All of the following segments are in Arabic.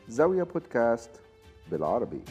زاوية بودكاست بالعربي.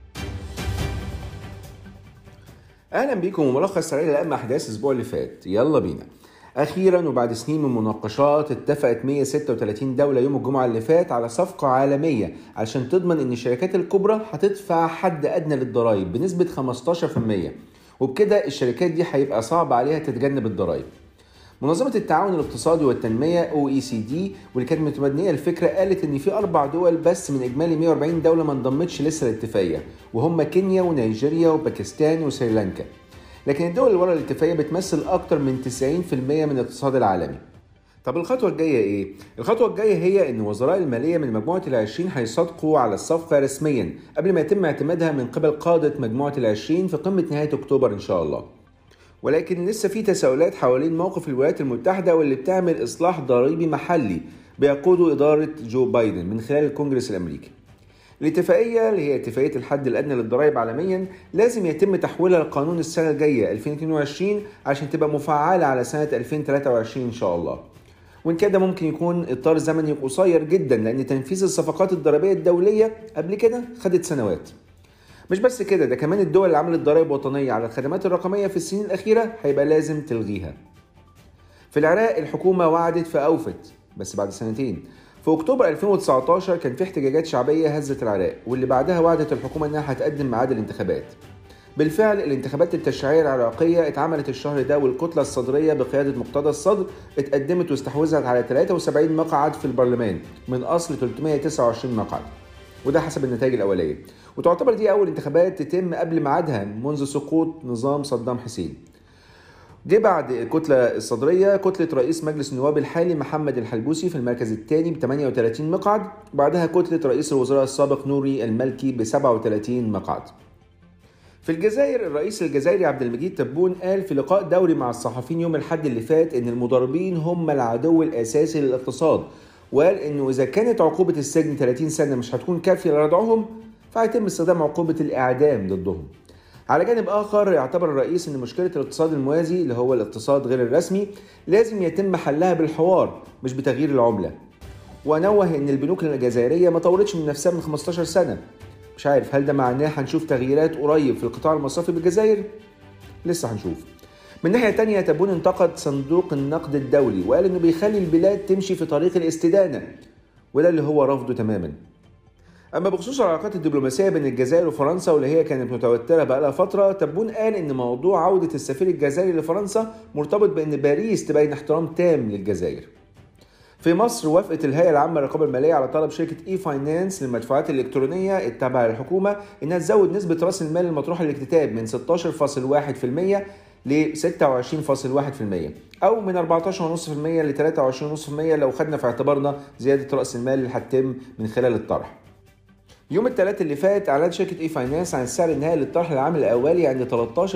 اهلا بيكم وملخص سريع لاهم احداث الاسبوع اللي فات. يلا بينا. اخيرا وبعد سنين من مناقشات اتفقت 136 دولة يوم الجمعة اللي فات على صفقة عالمية علشان تضمن ان الشركات الكبرى هتدفع حد ادنى للضرائب بنسبة 15%، وبكده الشركات دي هيبقى صعب عليها تتجنب الضرائب. منظمة التعاون الاقتصادي والتنمية OECD واللي كانت متبنية الفكرة قالت ان في 4 دول بس من اجمالي 140 دولة ما انضمتش لسه الاتفاقية، وهم كينيا ونيجيريا وباكستان وسريلانكا. لكن الدول اللي ورا الاتفاقية بتمثل اكتر من 90% من الاقتصاد العالمي. طب الخطوة الجاية ايه؟ الخطوة الجاية هي ان وزراء المالية من مجموعة ال20 هيصادقوا على الصفقة رسميا قبل ما يتم اعتمادها من قبل قادة مجموعة ال20 في قمة نهاية اكتوبر ان شاء الله. ولكن لسه في تساؤلات حوالين موقف الولايات المتحدة واللي بتعمل إصلاح ضريبي محلي بيقوده إدارة جو بايدن من خلال الكونجرس الأمريكي. الاتفاقية اللي هي اتفاقية الحد الأدنى للضرائب عالميا لازم يتم تحويلها لقانون السنة الجاية 2022 عشان تبقى مفعلة على سنة 2023 إن شاء الله. وإن كده ممكن يكون إطار زمني قصير جدا لأن تنفيذ الصفقات الضريبية الدولية قبل كده خدت سنوات. مش بس كده، ده كمان الدول اللي عملت ضرائب وطنية على الخدمات الرقمية في السنين الأخيرة هيبقى لازم تلغيها. في العراق الحكومة وعدت فأوفت بس بعد سنتين. في أكتوبر 2019 كان في احتجاجات شعبية هزت العراق، واللي بعدها وعدت الحكومة إنها هتقدم ميعاد الانتخابات. بالفعل الانتخابات التشريعية العراقية اتعملت الشهر ده، والكتلة الصدرية بقيادة مقتدى الصدر اتقدمت واستحوذت على 73 مقعد في البرلمان من أصل 329 مقعد، وده حسب النتائج الأولية. وتعتبر دي أول انتخابات تتم قبل ميعادها منذ سقوط نظام صدام حسين. جه بعد الكتلة الصدرية كتلة رئيس مجلس النواب الحالي محمد الحلبوسي في المركز الثاني ب 38 مقعد، بعدها كتلة رئيس الوزراء السابق نوري المالكي ب 37 مقعد. في الجزائر الرئيس الجزائري عبد المجيد تبون قال في لقاء دوري مع الصحفيين يوم الأحد اللي فات إن المضاربين هم العدو الأساسي للاقتصاد، وقال إنه إذا كانت عقوبة السجن 30 سنة مش هتكون كافية لردعهم فهيتم استخدام عقوبة الإعدام ضدهم. على جانب آخر يعتبر الرئيس إن مشكلة الاقتصاد الموازي اللي هو الاقتصاد غير الرسمي لازم يتم حلها بالحوار مش بتغيير العملة. ونوه إن البنوك الجزائرية ما طورتش من نفسها من 15 سنة. مش عارف هل ده معناه هنشوف تغييرات قريب في القطاع المصرفي بالجزائر؟ لسه هنشوف. من ناحية تانية تبون انتقد صندوق النقد الدولي وقال إنه بيخلي البلاد تمشي في طريق الاستدانة، وده اللي هو رفضه تماما. أما بخصوص العلاقات الدبلوماسية بين الجزائر وفرنسا واللي هي كانت متوترة بقالها فترة، تبون قال إن موضوع عودة السفير الجزائري لفرنسا مرتبط بأن باريس تبين احترام تام للجزائر. في مصر وافقت الهيئة العامة للرقابة المالية على طلب شركة اي فاينانس للمدفوعات الإلكترونية التابعة للحكومة إنها تزود نسبة رأس المال المطروحة للاكتتاب من 16.1% ل 26.1%، أو من 14.5% ل 23.5% لو خدنا في اعتبارنا زيادة رأس المال اللي هتتم من خلال الطرح. يوم الثلاث اللي فات اعلن شركة اي فاينانس عن السعر النهائي للطرح العام الاولي عند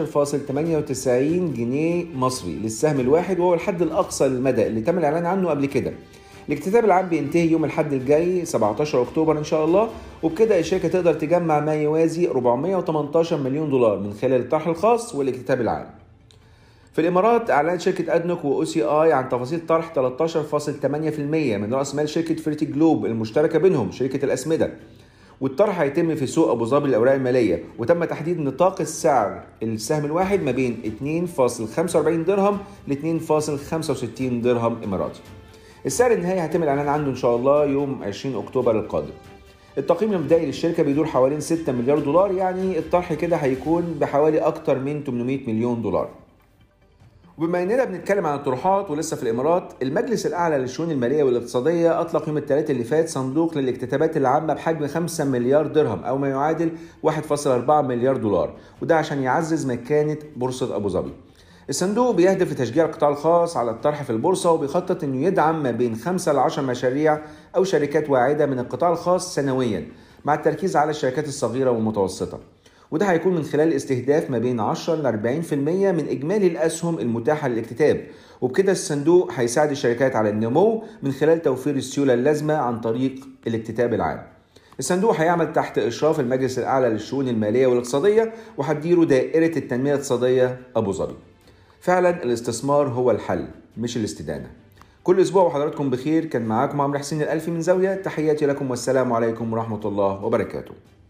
13.98 جنيه مصري للسهم الواحد، وهو الحد الاقصى للمدى اللي تم الاعلان عنه قبل كده. الاكتتاب العام بينتهي يوم الحد الجاي 17 اكتوبر ان شاء الله، وبكده الشركة تقدر تجمع ما يوازي 418 مليون دولار من خلال الطرح الخاص والاكتتاب العام. في الامارات اعلنت شركة ادنوك واو سي اي عن تفاصيل طرح 13.8% من راس مال شركة فريتي جلوب المشتركة بينهم شركة الاسمدة، والطرح هيتم في سوق ابو ظبي للاوراق الماليه، وتم تحديد نطاق السعر السهم الواحد ما بين 2.45 درهم ل 2.65 درهم اماراتي. السعر النهائي هيتم الاعلان عنه ان شاء الله يوم 20 اكتوبر القادم. التقييم المبدئي للشركه بيدور حوالين 6 مليار دولار، يعني الطرح كده هيكون بحوالي اكتر من 800 مليون دولار. وبما اننا بنتكلم عن الطروحات ولسه في الامارات، المجلس الاعلى للشؤون الماليه والاقتصاديه اطلق يوم الثلاثاء اللي فات صندوق للاكتتابات العامه بحجم 5 مليار درهم او ما يعادل 1.4 مليار دولار، وده عشان يعزز مكانه بورصه ابو ظبي. الصندوق بيهدف لتشجيع القطاع الخاص على الطرح في البورصه، وبيخطط انه يدعم ما بين 5 ل 10 مشاريع او شركات واعده من القطاع الخاص سنويا، مع التركيز على الشركات الصغيره والمتوسطه. وده هيكون من خلال استهداف ما بين 10 ل 40% من إجمالي الأسهم المتاحة للاكتتاب، وبكده الصندوق هيساعد الشركات على النمو من خلال توفير السيولة اللازمة عن طريق الاكتتاب العام. الصندوق هيعمل تحت إشراف المجلس الأعلى للشؤون المالية والاقتصادية، وهتديره دائرة التنمية الاقتصادية أبو ظبي. فعلا الاستثمار هو الحل مش الاستدانة. كل اسبوع وحضراتكم بخير. كان معاكم عمرو حسين الألفي من زاوية. تحياتي لكم والسلام عليكم ورحمة الله وبركاته.